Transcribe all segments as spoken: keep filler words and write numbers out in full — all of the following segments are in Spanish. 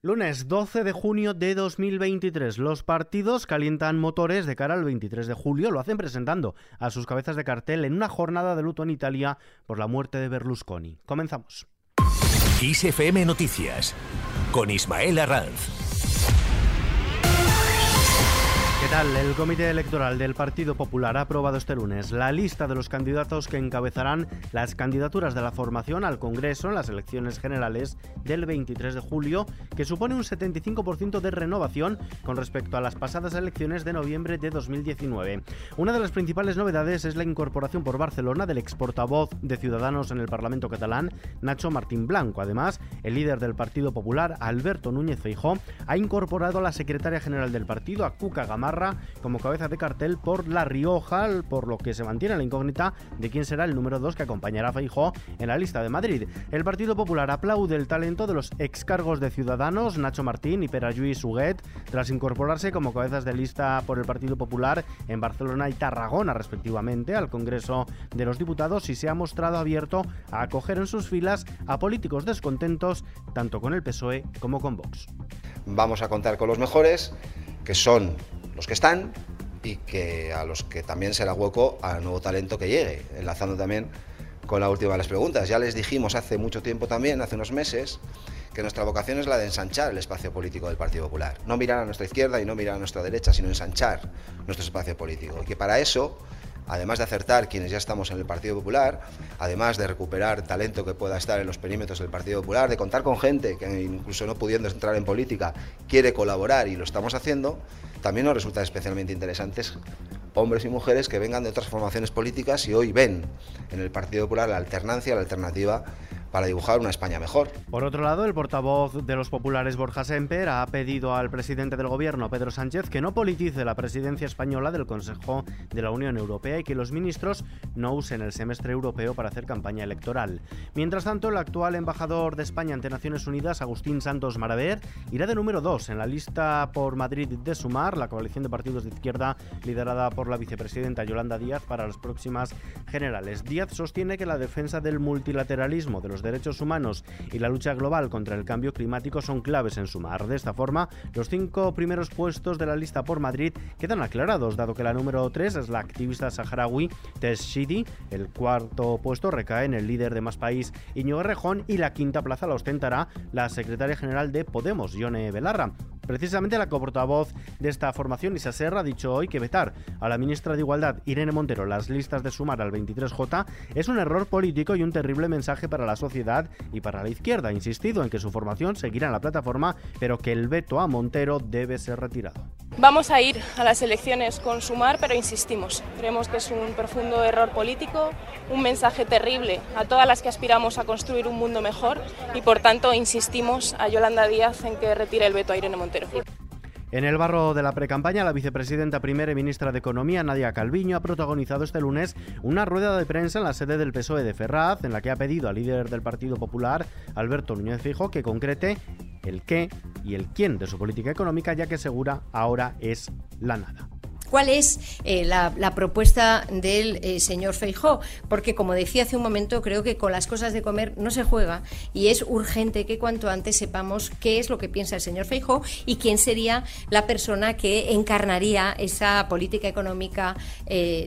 Lunes doce de junio de dos mil veintitrés. Los partidos calientan motores de cara al veintitrés de julio. Lo hacen presentando a sus cabezas de cartel en una jornada de luto en Italia por la muerte de Berlusconi. Comenzamos. Kiss F M Noticias con Ismael Arranz. ¿Qué tal? El Comité Electoral del Partido Popular ha aprobado este lunes la lista de los candidatos que encabezarán las candidaturas de la formación al Congreso en las elecciones generales del veintitrés de julio, que supone un setenta y cinco por ciento de renovación con respecto a las pasadas elecciones de noviembre de dos mil diecinueve. Una de las principales novedades es la incorporación por Barcelona del ex portavoz de Ciudadanos en el Parlamento catalán, Nacho Martín Blanco. Además, el líder del Partido Popular, Alberto Núñez Feijóo, ha incorporado a la secretaria general del partido, a Cuca Gamarra, como cabeza de cartel por La Rioja, por lo que se mantiene la incógnita de quién será el número dos que acompañará a Feijóo en la lista de Madrid. El Partido Popular aplaude el talento de los excargos de Ciudadanos, Nacho Martín y Pere Lluís Huguet, tras incorporarse como cabezas de lista por el Partido Popular en Barcelona y Tarragona, respectivamente, al Congreso de los Diputados, y se ha mostrado abierto a acoger en sus filas a políticos descontentos, tanto con el P S O E como con Vox. Vamos a contar con los mejores, que son los que están, y que a los que también será hueco al nuevo talento que llegue, enlazando también con la última de las preguntas. Ya les dijimos hace mucho tiempo también, hace unos meses, que nuestra vocación es la de ensanchar el espacio político del Partido Popular. No mirar a nuestra izquierda y no mirar a nuestra derecha, sino ensanchar nuestro espacio político. Y que para eso, además de acertar quienes ya estamos en el Partido Popular, además de recuperar talento que pueda estar en los perímetros del Partido Popular, de contar con gente que incluso no pudiendo entrar en política quiere colaborar, y lo estamos haciendo, también nos resulta especialmente interesantes hombres y mujeres que vengan de otras formaciones políticas y hoy ven en el Partido Popular la alternancia, la alternativa para dibujar una España mejor. Por otro lado, el portavoz de los populares, Borja Sémper, ha pedido al presidente del Gobierno, Pedro Sánchez, que no politice la presidencia española del Consejo de la Unión Europea y que los ministros no usen el semestre europeo para hacer campaña electoral. Mientras tanto, el actual embajador de España ante Naciones Unidas, Agustín Santos Maraver, irá de número dos en la lista por Madrid de Sumar, la coalición de partidos de izquierda liderada por la vicepresidenta Yolanda Díaz para las próximas generales. Díaz sostiene que la defensa del multilateralismo, de los derechos humanos y la lucha global contra el cambio climático son claves en Sumar. De esta forma, los cinco primeros puestos de la lista por Madrid quedan aclarados, dado que la número tres es la activista saharaui Tess Shidi, el cuarto puesto recae en el líder de Más País, Íñigo Errejón, y la quinta plaza la ostentará la secretaria general de Podemos, Ione Belarra. Precisamente la coportavoz de esta formación, Isa Serra, ha dicho hoy que vetar a la ministra de Igualdad, Irene Montero, las listas de Sumar al veintitrés J es un error político y un terrible mensaje para la sociedad y para la izquierda. Ha insistido en que su formación seguirá en la plataforma, pero que el veto a Montero debe ser retirado. Vamos a ir a las elecciones con Sumar, pero insistimos, creemos que es un profundo error político, un mensaje terrible a todas las que aspiramos a construir un mundo mejor, y por tanto insistimos a Yolanda Díaz en que retire el veto a Irene Montero. En el barro de la precampaña, la vicepresidenta primera y ministra de Economía, Nadia Calviño, ha protagonizado este lunes una rueda de prensa en la sede del P S O E de Ferraz, en la que ha pedido al líder del Partido Popular, Alberto Núñez Feijóo, que concrete el qué y el quién de su política económica, ya que asegura ahora es la nada. ¿Cuál es eh, la, la propuesta del eh, señor Feijóo? Porque, como decía hace un momento, creo que con las cosas de comer no se juega, y es urgente que cuanto antes sepamos qué es lo que piensa el señor Feijóo y quién sería la persona que encarnaría esa política económica eh,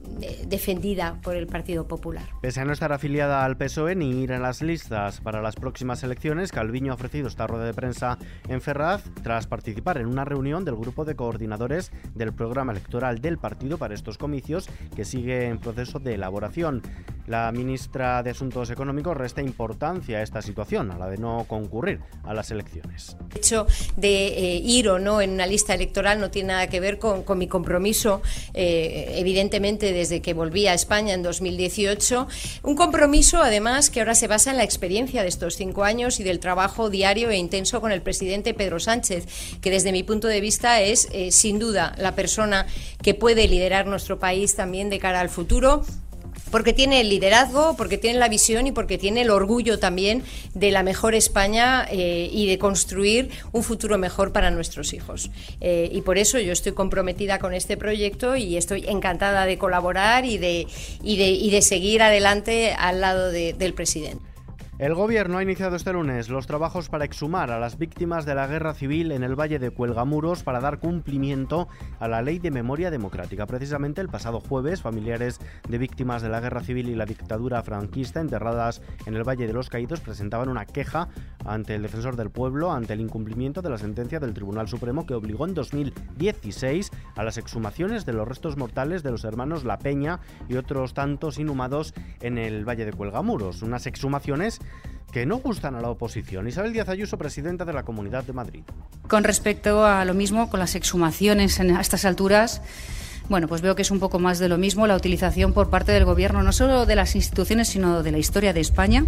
defendida por el Partido Popular. Pese a no estar afiliada al P S O E ni ir en las listas para las próximas elecciones, Calviño ha ofrecido esta rueda de prensa en Ferraz tras participar en una reunión del grupo de coordinadores del programa electoral del partido para estos comicios, que sigue en proceso de elaboración. La ministra de Asuntos Económicos resta importancia a esta situación, a la de no concurrir a las elecciones. El hecho de eh, ir o no en una lista electoral no tiene nada que ver con, con mi compromiso, eh, evidentemente desde que volví a España en dos mil dieciocho, un compromiso además que ahora se basa en la experiencia de estos cinco años y del trabajo diario e intenso con el presidente Pedro Sánchez, que desde mi punto de vista es eh, sin duda la persona que puede liderar nuestro país también de cara al futuro, porque tiene el liderazgo, porque tiene la visión y porque tiene el orgullo también de la mejor España eh, y de construir un futuro mejor para nuestros hijos. Eh, y por eso yo estoy comprometida con este proyecto y estoy encantada de colaborar y de, y de, y de seguir adelante al lado de, del presidente. El Gobierno ha iniciado este lunes los trabajos para exhumar a las víctimas de la guerra civil en el Valle de Cuelgamuros para dar cumplimiento a la Ley de Memoria Democrática. Precisamente el pasado jueves, familiares de víctimas de la guerra civil y la dictadura franquista enterradas en el Valle de los Caídos presentaban una queja ante el Defensor del Pueblo ante el incumplimiento de la sentencia del Tribunal Supremo que obligó en dos mil dieciséis a las exhumaciones de los restos mortales de los hermanos La Peña y otros tantos inhumados en el Valle de Cuelgamuros. Unas exhumaciones que no gustan a la oposición. Isabel Díaz Ayuso, presidenta de la Comunidad de Madrid. Con respecto a lo mismo, con las exhumaciones en, a estas alturas, bueno, pues veo que es un poco más de lo mismo la utilización por parte del Gobierno, no solo de las instituciones, sino de la historia de España.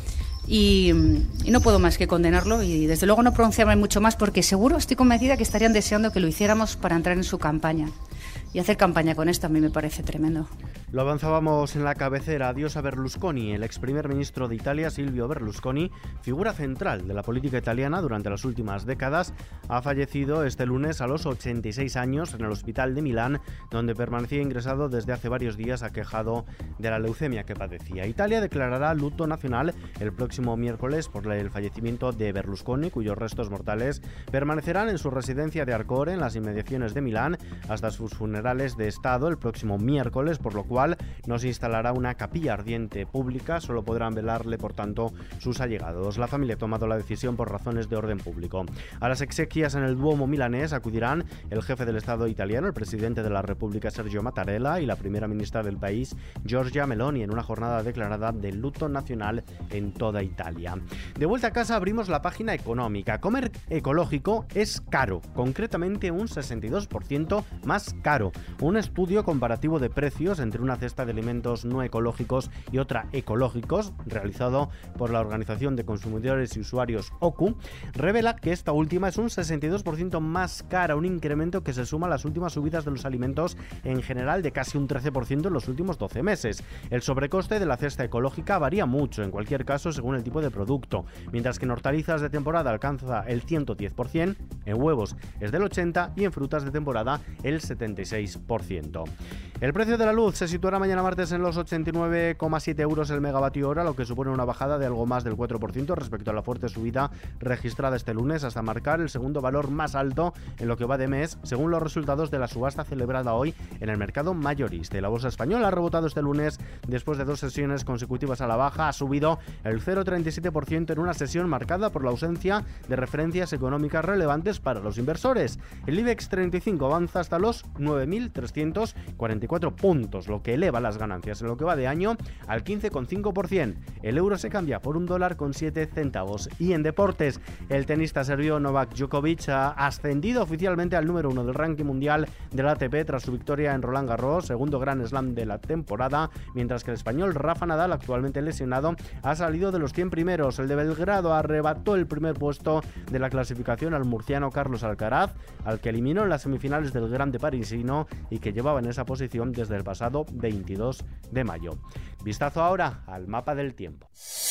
Y, y no puedo más que condenarlo y desde luego no pronunciarme mucho más porque seguro, estoy convencida que estarían deseando que lo hiciéramos para entrar en su campaña. Y hacer campaña con esto a mí me parece tremendo. Lo avanzábamos en la cabecera. Adiós a Berlusconi. El ex primer ministro de Italia, Silvio Berlusconi, figura central de la política italiana durante las últimas décadas, ha fallecido este lunes a los ochenta y seis años en el hospital de Milán, donde permanecía ingresado desde hace varios días aquejado de la leucemia que padecía. Italia declarará luto nacional el próximo miércoles por el fallecimiento de Berlusconi, cuyos restos mortales permanecerán en su residencia de Arcore, en las inmediaciones de Milán, hasta sus funerales de Estado el próximo miércoles, por lo cual no se instalará una capilla ardiente pública, solo podrán velarle, por tanto, sus allegados. La familia ha tomado la decisión por razones de orden público. A las exequias en el Duomo milanés acudirán el jefe del Estado italiano, el presidente de la República, Sergio Mattarella, y la primera ministra del país, Giorgia Meloni, en una jornada declarada de luto nacional en toda Italia. De vuelta a casa, abrimos la página económica. Comer ecológico es caro, concretamente un sesenta y dos por ciento más caro. Un estudio comparativo de precios entre una cesta de alimentos no ecológicos y otra ecológicos, realizado por la Organización de Consumidores y Usuarios O C U, revela que esta última es un sesenta y dos por ciento más cara, un incremento que se suma a las últimas subidas de los alimentos en general de casi un trece por ciento en los últimos doce meses. El sobrecoste de la cesta ecológica varía mucho, en cualquier caso, según el tipo de producto, mientras que en hortalizas de temporada alcanza el ciento diez por ciento, en huevos es del ochenta por ciento y en frutas de temporada el setenta y seis por ciento. El precio de la luz se situará mañana martes en los ochenta y nueve coma siete euros el megavatio hora, lo que supone una bajada de algo más del cuatro por ciento respecto a la fuerte subida registrada este lunes, hasta marcar el segundo valor más alto en lo que va de mes, según los resultados de la subasta celebrada hoy en el mercado mayorista. La bolsa española ha rebotado este lunes después de dos sesiones consecutivas a la baja, ha subido el cero coma treinta y siete por ciento en una sesión marcada por la ausencia de referencias económicas relevantes para los inversores. El IBEX treinta y cinco avanza hasta los nueve mil trescientos cuarenta y cuatro puntos, lo que eleva las ganancias en lo que va de año al quince coma cinco por ciento. El euro se cambia por un dólar con siete centavos. Y en deportes, el tenista serbio Novak Djokovic ha ascendido oficialmente al número uno del ranking mundial del A T P tras su victoria en Roland Garros, segundo Grand Slam de la temporada, mientras que el español Rafa Nadal, actualmente lesionado, ha salido de los cien primeros. El de Belgrado arrebató el primer puesto de la clasificación al murciano Carlos Alcaraz, al que eliminó en las semifinales del Grande Parisino y que llevaba en esa posición desde el pasado veintidós de mayo. Vistazo ahora al mapa del tiempo.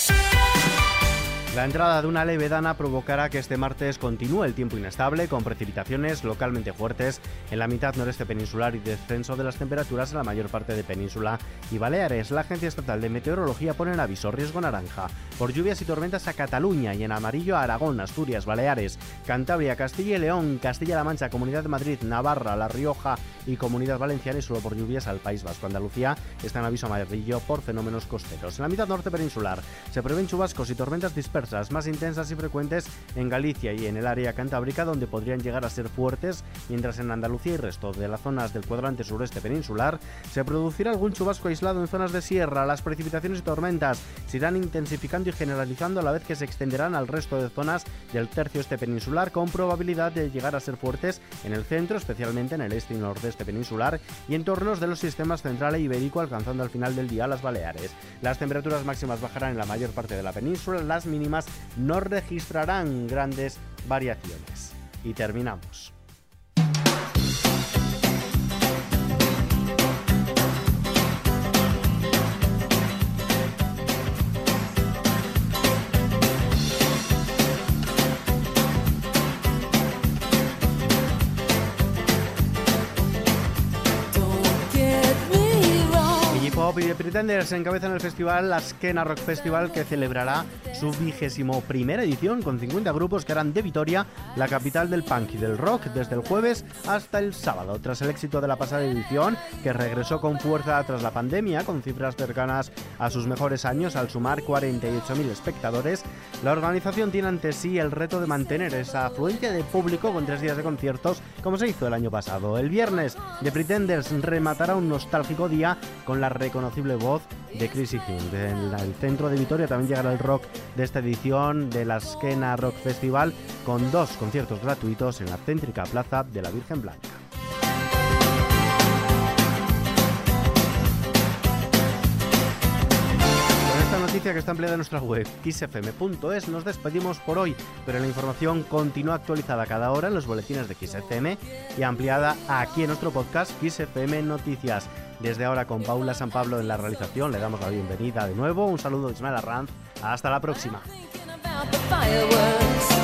La entrada de una leve dana provocará que este martes continúe el tiempo inestable, con precipitaciones localmente fuertes en la mitad noreste peninsular y descenso de las temperaturas en la mayor parte de Península y Baleares. La Agencia Estatal de Meteorología pone en aviso riesgo naranja por lluvias y tormentas a Cataluña y en amarillo a Aragón, Asturias, Baleares, Cantabria, Castilla y León, Castilla-La Mancha, Comunidad de Madrid, Navarra, La Rioja y Comunidad Valenciana, y solo por lluvias al País Vasco. Andalucía está en aviso amarillo por fenómenos costeros. En la mitad norte peninsular se prevén chubascos y tormentas dispersas más intensas y frecuentes en Galicia y en el área cantábrica, donde podrían llegar a ser fuertes, mientras en Andalucía y resto de las zonas del cuadrante sureste peninsular se producirá algún chubasco aislado en zonas de sierra. Las precipitaciones y tormentas se irán intensificando y generalizando a la vez que se extenderán al resto de zonas del tercio este peninsular, con probabilidad de llegar a ser fuertes en el centro, especialmente en el este y nordeste peninsular, y en tornos de los sistemas central e ibérico, alcanzando al final del día las Baleares. Las temperaturas máximas bajarán en la mayor parte de la península, las mínimas no registrarán grandes variaciones. Y terminamos. Pop y The Pretenders encabezan el festival Askena Rock Festival, que celebrará su vigésimo primera edición con cincuenta grupos que harán de Vitoria la capital del punk y del rock desde el jueves hasta el sábado. Tras el éxito de la pasada edición, que regresó con fuerza tras la pandemia, con cifras cercanas a sus mejores años al sumar cuarenta y ocho mil espectadores, la organización tiene ante sí el reto de mantener esa afluencia de público con tres días de conciertos como se hizo el año pasado. El viernes, The Pretenders rematará un nostálgico día con la reconocible voz de Chrissy Hynde. En el centro de Vitoria también llegará el rock de esta edición de la Skena Rock Festival con dos conciertos gratuitos en la céntrica plaza de la Virgen Blanca. Noticia que está ampliada en nuestra web kiss f m punto es. Nos despedimos por hoy, pero la información continúa actualizada cada hora en los boletines de Kiss F M y ampliada aquí en nuestro podcast Kiss F M Noticias. Desde ahora con Paula San Pablo en la realización le damos la bienvenida de nuevo. Un saludo de Ismael Arranz. Hasta la próxima.